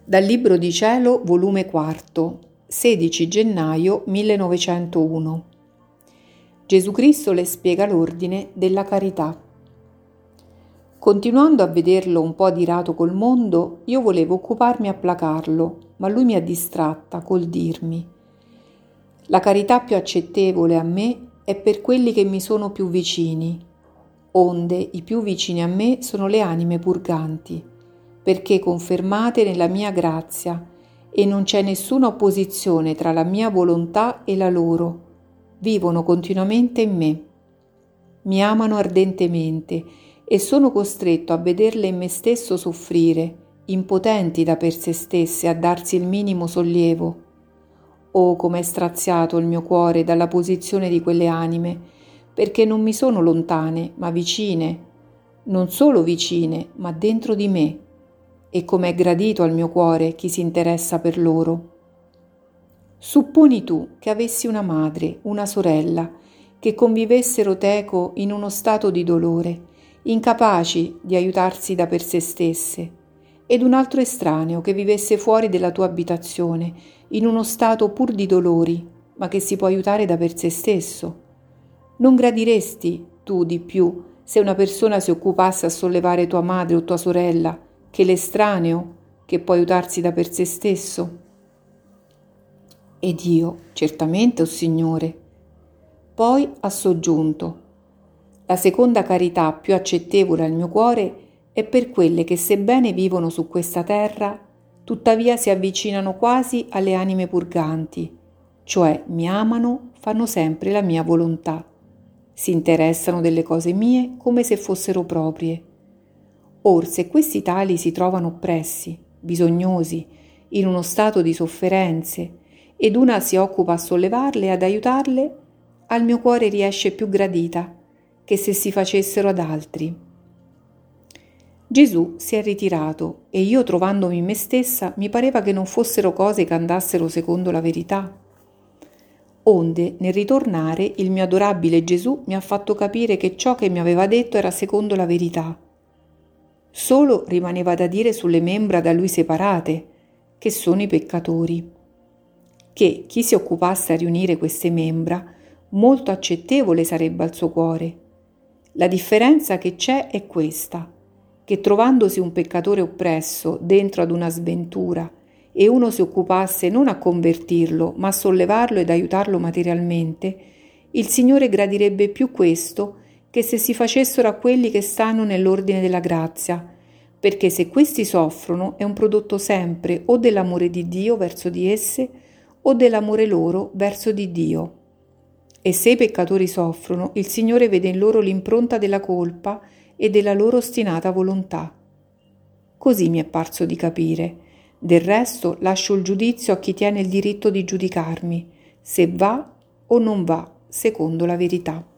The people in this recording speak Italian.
Dal Libro di Cielo, volume 4, 16 gennaio 1901. Gesù Cristo le spiega l'ordine della carità. Continuando a vederlo un po' adirato col mondo, io volevo occuparmi a placarlo, ma lui mi ha distratta col dirmi: la carità più accettevole a me è per quelli che mi sono più vicini, onde i più vicini a me sono le anime purganti, perché confermate nella mia grazia, e non c'è nessuna opposizione tra la mia volontà e la loro. Vivono continuamente in me. Mi amano ardentemente e sono costretto a vederle in me stesso soffrire, impotenti da per se stesse a darsi il minimo sollievo. Oh, come è straziato il mio cuore dalla posizione di quelle anime, perché non mi sono lontane, ma vicine, non solo vicine, ma dentro di me. E come è gradito al mio cuore chi si interessa per loro. Supponi tu che avessi una madre, una sorella, che convivessero teco in uno stato di dolore, incapaci di aiutarsi da per se stesse, ed un altro estraneo che vivesse fuori della tua abitazione, in uno stato pur di dolori, ma che si può aiutare da per se stesso. Non gradiresti tu di più se una persona si occupasse a sollevare tua madre o tua sorella, che l'estraneo che può aiutarsi da per se stesso? Ed io, certamente, o Signore. Poi ha soggiunto: la seconda carità più accettevole al mio cuore è per quelle che, sebbene vivono su questa terra, tuttavia si avvicinano quasi alle anime purganti, cioè mi amano, fanno sempre la mia volontà, si interessano delle cose mie come se fossero proprie. Or, se questi tali si trovano oppressi, bisognosi, in uno stato di sofferenze, ed una si occupa a sollevarle e ad aiutarle, al mio cuore riesce più gradita che se si facessero ad altri. Gesù si è ritirato e io, trovandomi in me stessa, mi pareva che non fossero cose che andassero secondo la verità. Onde, nel ritornare, il mio adorabile Gesù mi ha fatto capire che ciò che mi aveva detto era secondo la verità. Solo rimaneva da dire sulle membra da lui separate, che sono i peccatori, che chi si occupasse a riunire queste membra molto accettevole sarebbe al suo cuore. La differenza che c'è è questa, che trovandosi un peccatore oppresso dentro ad una sventura e uno si occupasse non a convertirlo ma a sollevarlo ed aiutarlo materialmente, il Signore gradirebbe più questo che se si facessero a quelli che stanno nell'ordine della grazia, perché se questi soffrono è un prodotto sempre o dell'amore di Dio verso di esse o dell'amore loro verso di Dio. E se i peccatori soffrono, il Signore vede in loro l'impronta della colpa e della loro ostinata volontà. Così mi è parso di capire. Del resto lascio il giudizio a chi tiene il diritto di giudicarmi, se va o non va secondo la verità.